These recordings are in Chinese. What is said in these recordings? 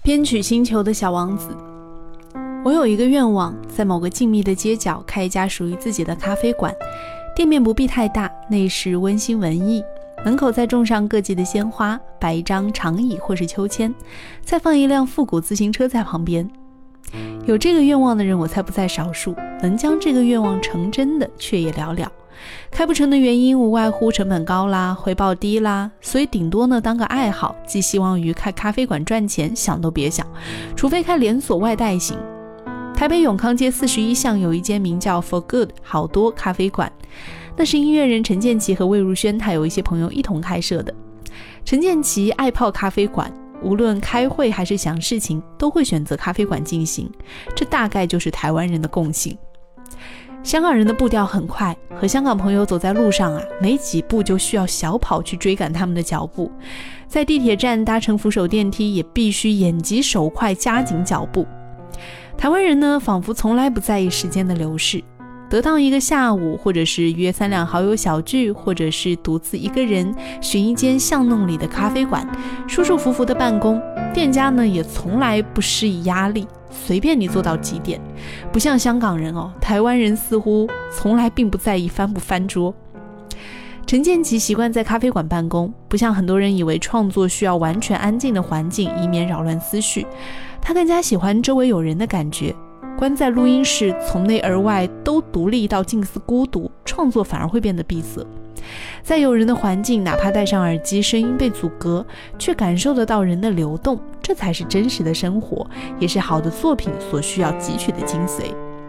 编曲星球的小王子。我有一个愿望，在某个静谧的街角开一家属于自己的咖啡馆，店面不必太大，内饰温馨文艺，门口再种上各季的鲜花，摆一张长椅或是秋千，再放一辆复古自行车在旁边。有这个愿望的人我猜不在少数，能将这个愿望成真的却也寥寥。开不成的原因无外乎成本高啦，回报低啦，所以顶多呢当个爱好，寄希望于开咖啡馆赚钱，想都别想，除非开连锁外带型。台北永康街41巷有一间名叫 For Good 好多咖啡馆，那是音乐人陈建骐和魏如萱还有一些朋友一同开设的。陈建骐爱泡咖啡馆，无论开会还是想事情都会选择咖啡馆进行，这大概就是台湾人的共性。香港人的步调很快，和香港朋友走在路上没几步就需要小跑去追赶他们的脚步，在地铁站搭乘扶手电梯也必须眼疾手快，加紧脚步。台湾人呢，仿佛从来不在意时间的流逝，得到一个下午，或者是约3两好友小聚，或者是独自一个人寻一间巷弄里的咖啡馆，舒舒服服的办公，店家呢也从来不施以压力，随便你做到几点。不像香港人台湾人似乎从来并不在意翻不翻桌。陈建骐习惯在咖啡馆办公，不像很多人以为创作需要完全安静的环境，以免扰乱思绪。他更加喜欢周围有人的感觉，关在录音室，从内而外都独立到近似孤独，创作反而会变得闭塞。在有人的环境，哪怕戴上耳机，声音被阻隔，却感受得到人的流动，这才是真实的生活，也是好的作品所需要汲取的精髓。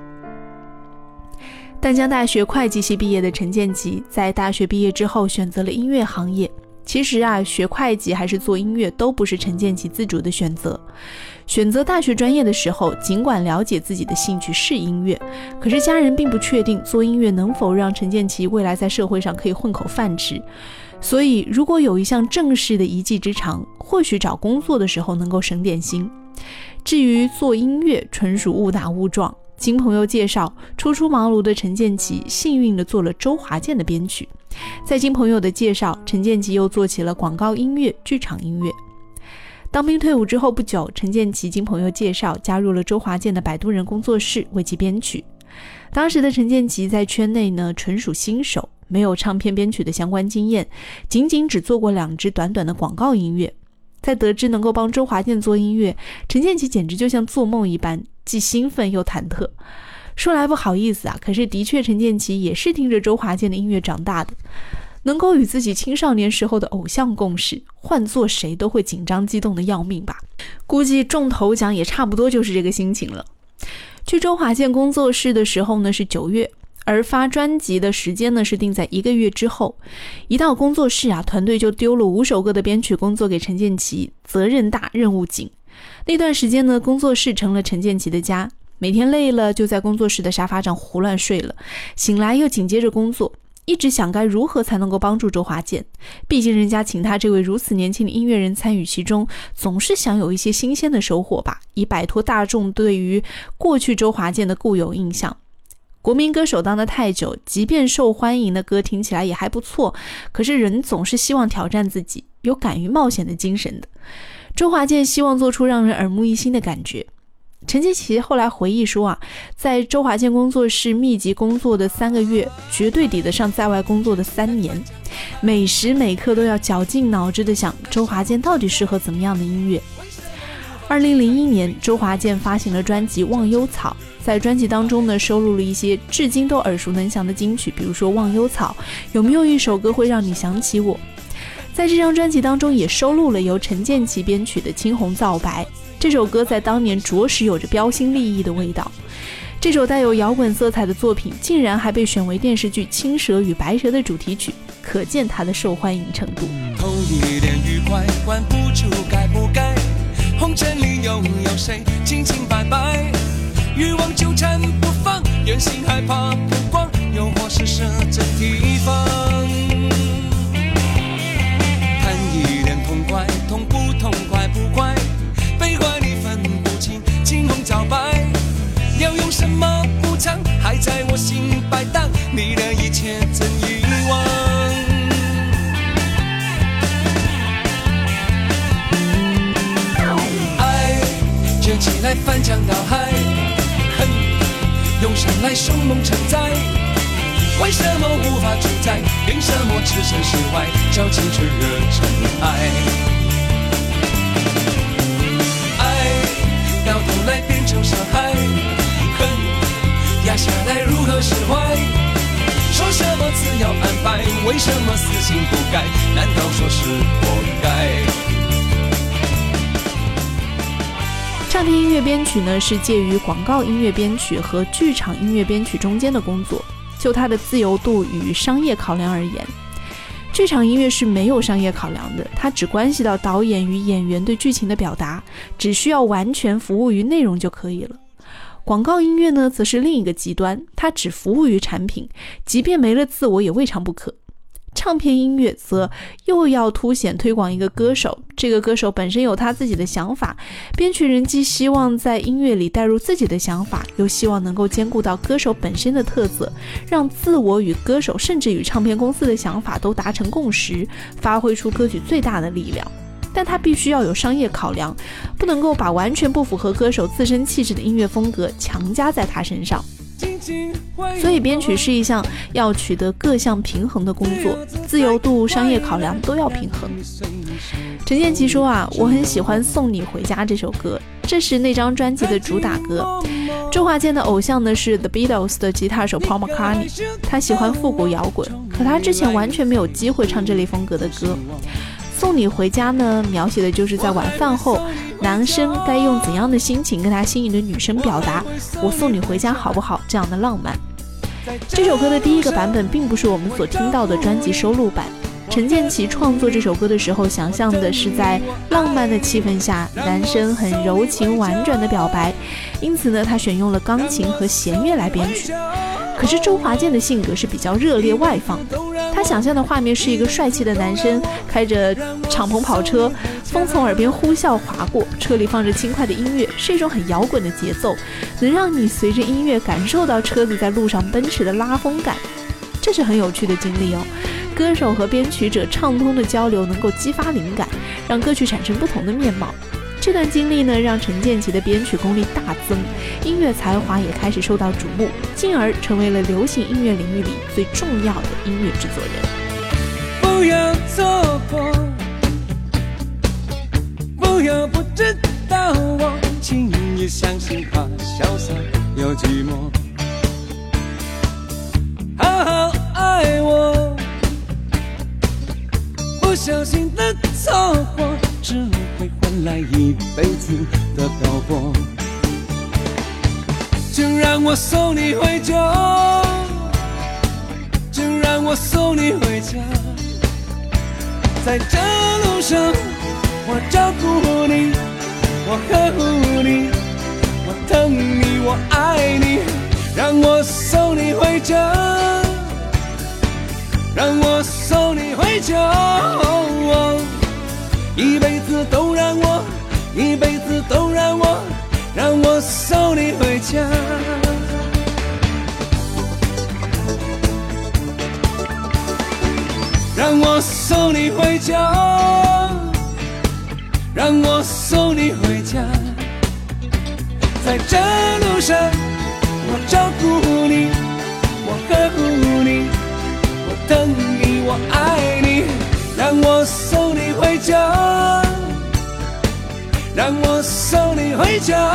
淡江大学会计系毕业的陈建骐，在大学毕业之后选择了音乐行业。其实学会计还是做音乐都不是陈建骐自主的选择。选择大学专业的时候，尽管了解自己的兴趣是音乐，可是家人并不确定做音乐能否让陈建骐未来在社会上可以混口饭吃。所以如果有一项正式的一技之长，或许找工作的时候能够省点心。至于做音乐，纯属误打误撞。经朋友介绍，初出茅庐的陈建骐幸运地做了周华健的编曲，再经朋友的介绍，陈建骐又做起了广告音乐、剧场音乐。当兵退伍之后不久，陈建骐经朋友介绍加入了周华健的摆渡人工作室，为其编曲。当时的陈建骐在圈内呢纯属新手，没有唱片编曲的相关经验，仅只做过2支短短的广告音乐。在得知能够帮周华健做音乐，陈建骐简直就像做梦一般，既兴奋又忐忑。说来不好意思可是的确陈建骐也是听着周华健的音乐长大的，能够与自己青少年时候的偶像共事，换做谁都会紧张激动的要命吧。估计中头奖也差不多就是这个心情了。去周华健工作室的时候呢是9月，而发专辑的时间呢是定在1个月之后。一到工作室团队就丢了5首歌的编曲工作给陈建骐，责任大，任务紧。那段时间呢，工作室成了陈建骐的家，每天累了就在工作室的沙发上胡乱睡了，醒来又紧接着工作，一直想该如何才能够帮助周华健。毕竟人家请他这位如此年轻的音乐人参与其中，总是想有一些新鲜的收获吧，以摆脱大众对于过去周华健的固有印象。国民歌手当得太久，即便受欢迎的歌听起来也还不错，可是人总是希望挑战自己，有敢于冒险的精神的。周华健希望做出让人耳目一新的感觉。陈建骐后来回忆说在周华健工作室密集工作的3个月，绝对抵得上在外工作的3年，每时每刻都要绞尽脑汁地想周华健到底适合怎么样的音乐。2001年，周华健发行了专辑《忘忧草》，在专辑当中呢，收录了一些至今都耳熟能详的金曲，比如说《忘忧草》，有没有一首歌会让你想起我？在这张专辑当中也收录了由陈建骐编曲的《青红皂白》，这首歌在当年着实有着标新立异的味道。这首带有摇滚色彩的作品竟然还被选为电视剧《青蛇与白蛇》的主题曲，可见它的受欢迎程度。 头一点愉快，管不住该不该，红尘里又有谁清清白白，欲望纠缠不放，人心害怕曝光，又或是设阵提防。谈一点痛快，痛不痛快不快，悲欢离分不清，青红皂白，要用什么补偿，还在我心摆荡，你的一切怎遗忘？爱起来翻江倒海，恨涌上来凶猛承载，为什么无法主宰？凭什么置身事外？叫青春热成爱，爱到头来变成伤害，恨压下来如何释怀？说什么自有安排？为什么死性不改？难道说是活该？ 唱片音乐编曲呢，是介于广告音乐编曲和剧场音乐编曲中间的工作。就它的自由度与商业考量而言，剧场音乐是没有商业考量的，它只关系到导演与演员对剧情的表达，只需要完全服务于内容就可以了。广告音乐呢，则是另一个极端，它只服务于产品，即便没了自我也未尝不可。唱片音乐则又要凸显推广一个歌手，这个歌手本身有他自己的想法，编曲人既希望在音乐里带入自己的想法，又希望能够兼顾到歌手本身的特色，让自我与歌手甚至与唱片公司的想法都达成共识，发挥出歌曲最大的力量。但它必须要有商业考量，不能够把完全不符合歌手自身气质的音乐风格强加在他身上。所以编曲是一项要取得各项平衡的工作，自由度、商业考量都要平衡。陈建骐说啊，我很喜欢《送你回家》这首歌，这是那张专辑的主打歌。周华健的偶像呢是 The Beatles 的吉他手 Paul McCartney， 他喜欢复古摇滚，可他之前完全没有机会唱这类风格的歌。送你回家呢，描写的就是在晚饭后，男生该用怎样的心情跟他心仪的女生表达我送你回家好不好这样的浪漫。这首歌的第一个版本并不是我们所听到的专辑收录版，陈建骐创作这首歌的时候想象的是在浪漫的气氛下，男生很柔情婉转的表白，因此呢他选用了钢琴和弦乐来编曲。可是周华健的性格是比较热烈外放的，他想象的画面是一个帅气的男生开着敞篷跑车，风从耳边呼啸划过，车里放着轻快的音乐，是一种很摇滚的节奏，能让你随着音乐感受到车子在路上奔驰的拉风感。这是很有趣的经历哦，歌手和编曲者畅通的交流能够激发灵感，让歌曲产生不同的面貌。这段经历呢，让陈建骐的编曲功力大增，音乐才华也开始受到瞩目，进而成为了流行音乐领域里最重要的音乐制作人。 不要错过，不要不知道我，轻易相信他潇洒又寂寞，好好爱我，不小心的错过只会换来一辈子的漂泊。就让我送你回家，就让我送你回家，在这路上我照顾你，我呵护你，我疼你，我爱你，让我送你回家，让我送你回家，一辈子都让我，一辈子都让我，让我送你回家。让我送你回家，让我送你回家，在这路上我照顾你，我呵护你，我疼你，我爱你，让我送你回家，让我送你回家，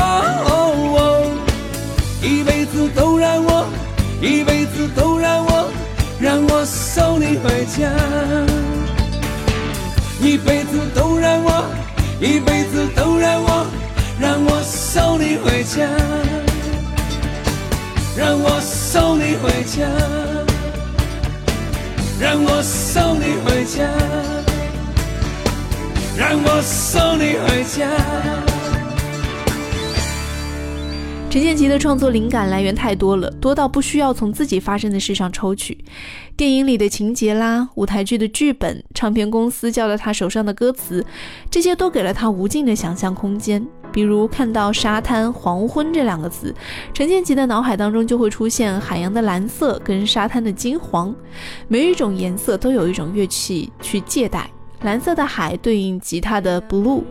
一辈子都让我，一辈子都让我，让我送你回家，一辈子都让我，一辈子都让我，让我送你回家，让我送你回家，让我送你回家，让我送你回家。 陈建骐的创作灵感来源太多了，多到不需要从自己发生的事上抽取。电影里的情节啦，舞台剧的剧本，唱片公司交到他手上的歌词，这些都给了他无尽的想象空间。比如看到沙滩、黄昏这两个词，陈建骐的脑海当中就会出现海洋的蓝色跟沙滩的金黄，每一种颜色都有一种乐器去借代。蓝色的海对应吉他的 blue，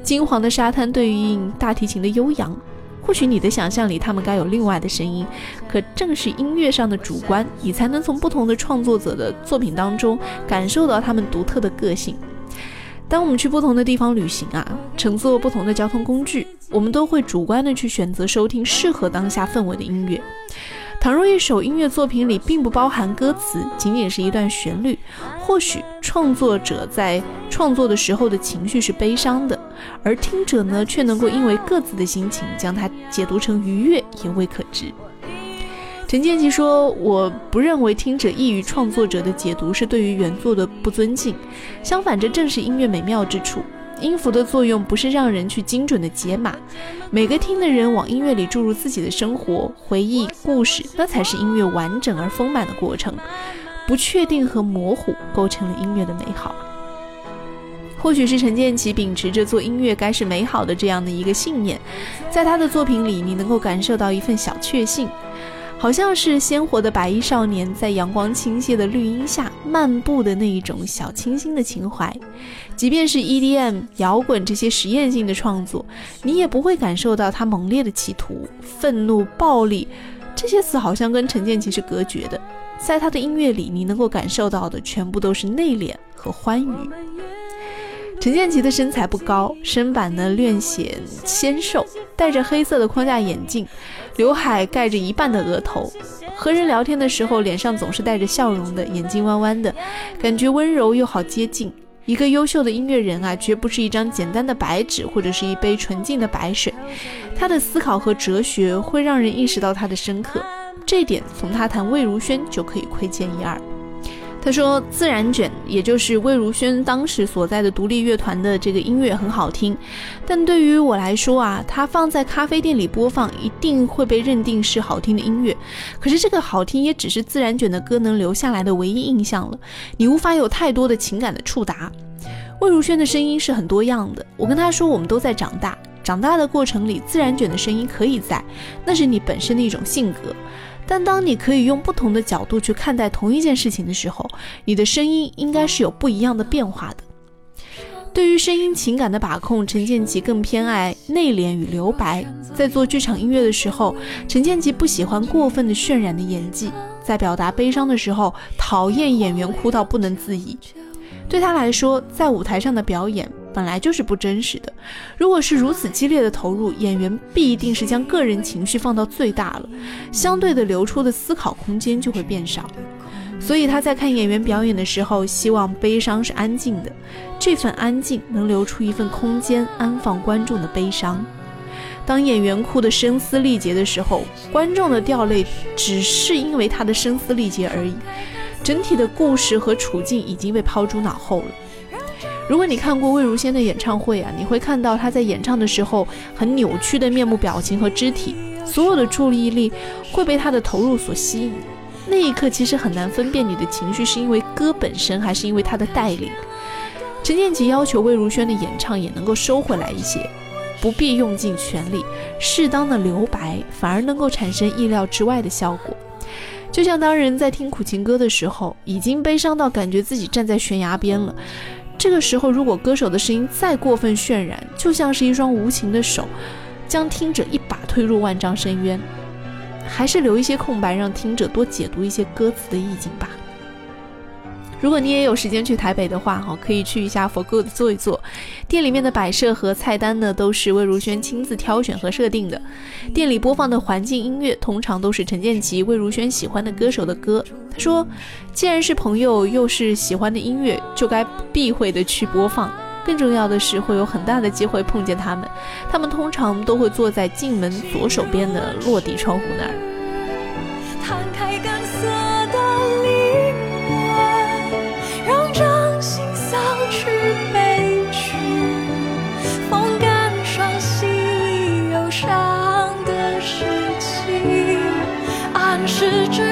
金黄的沙滩对应大提琴的悠扬。或许你的想象里他们该有另外的声音，可正是音乐上的主观，你才能从不同的创作者的作品当中感受到他们独特的个性。当我们去不同的地方旅行啊，乘坐不同的交通工具，我们都会主观的去选择收听适合当下氛围的音乐。倘若一首音乐作品里并不包含歌词，仅仅是一段旋律，或许创作者在创作的时候的情绪是悲伤的，而听者呢却能够因为各自的心情将它解读成愉悦，也未可知。陈建骐说，我不认为听者异于创作者的解读是对于原作的不尊敬，相反这正是音乐美妙之处。音符的作用不是让人去精准的解码，每个听的人往音乐里注入自己的生活、回忆、故事，那才是音乐完整而丰满的过程。不确定和模糊构成了音乐的美好。或许是陈建骐秉持着做音乐该是美好的这样的一个信念，在他的作品里你能够感受到一份小确幸，好像是鲜活的白衣少年在阳光倾泻的绿荫下漫步的那一种小清新的情怀。即便是 EDM 摇滚这些实验性的创作，你也不会感受到他猛烈的企图、愤怒、暴力，这些词好像跟陈建骐是隔绝的。在他的音乐里，你能够感受到的全部都是内敛和欢愉。陈建骐的身材不高，身板呢略显纤瘦，戴着黑色的框架眼镜，刘海盖着一半的额头，和人聊天的时候脸上总是带着笑容的，眼睛弯弯的，感觉温柔又好接近。一个优秀的音乐人啊，绝不是一张简单的白纸或者是一杯纯净的白水，他的思考和哲学会让人意识到他的深刻，这点从他谈魏如萱就可以窥见一二。他说自然卷也就是魏如萱当时所在的独立乐团的这个音乐很好听，但对于我来说啊，它放在咖啡店里播放一定会被认定是好听的音乐，可是这个好听也只是自然卷的歌能留下来的唯一印象了，你无法有太多的情感的触达。魏如萱的声音是很多样的，我跟他说我们都在长大，长大的过程里自然卷的声音可以在，那是你本身的一种性格，但当你可以用不同的角度去看待同一件事情的时候，你的声音应该是有不一样的变化的。对于声音情感的把控，陈建骐更偏爱内敛与留白。在做剧场音乐的时候，陈建骐不喜欢过分的渲染的演技，在表达悲伤的时候，讨厌演员哭到不能自已。对他来说，在舞台上的表演本来就是不真实的，如果是如此激烈的投入，演员必定是将个人情绪放到最大了，相对的流出的思考空间就会变少。所以他在看演员表演的时候，希望悲伤是安静的，这份安静能留出一份空间，安放观众的悲伤。当演员哭得声嘶力竭的时候，观众的掉泪只是因为他的声嘶力竭而已，整体的故事和处境已经被抛诸脑后了。如果你看过魏如萱的演唱会啊，你会看到她在演唱的时候很扭曲的面部表情和肢体，所有的注意力会被她的投入所吸引。那一刻其实很难分辨你的情绪是因为歌本身还是因为她的带领。陈建骐要求魏如萱的演唱也能够收回来一些，不必用尽全力，适当的留白反而能够产生意料之外的效果。就像当人在听苦情歌的时候，已经悲伤到感觉自己站在悬崖边了，这个时候如果歌手的声音再过分渲染，就像是一双无情的手将听者一把推入万丈深渊。还是留一些空白，让听者多解读一些歌词的意境吧。如果你也有时间去台北的话，可以去一下 For Good 坐一坐，店里面的摆设和菜单呢都是魏如萱亲自挑选和设定的，店里播放的环境音乐通常都是陈建骐、魏如萱喜欢的歌手的歌。他说既然是朋友又是喜欢的音乐，就该不避讳的去播放，更重要的是会有很大的机会碰见他们，他们通常都会坐在进门左手边的落地窗户那儿。 摊开干涩的灵魂，让掌心扫去悲曲，风干双溪里忧伤的事情，暗示着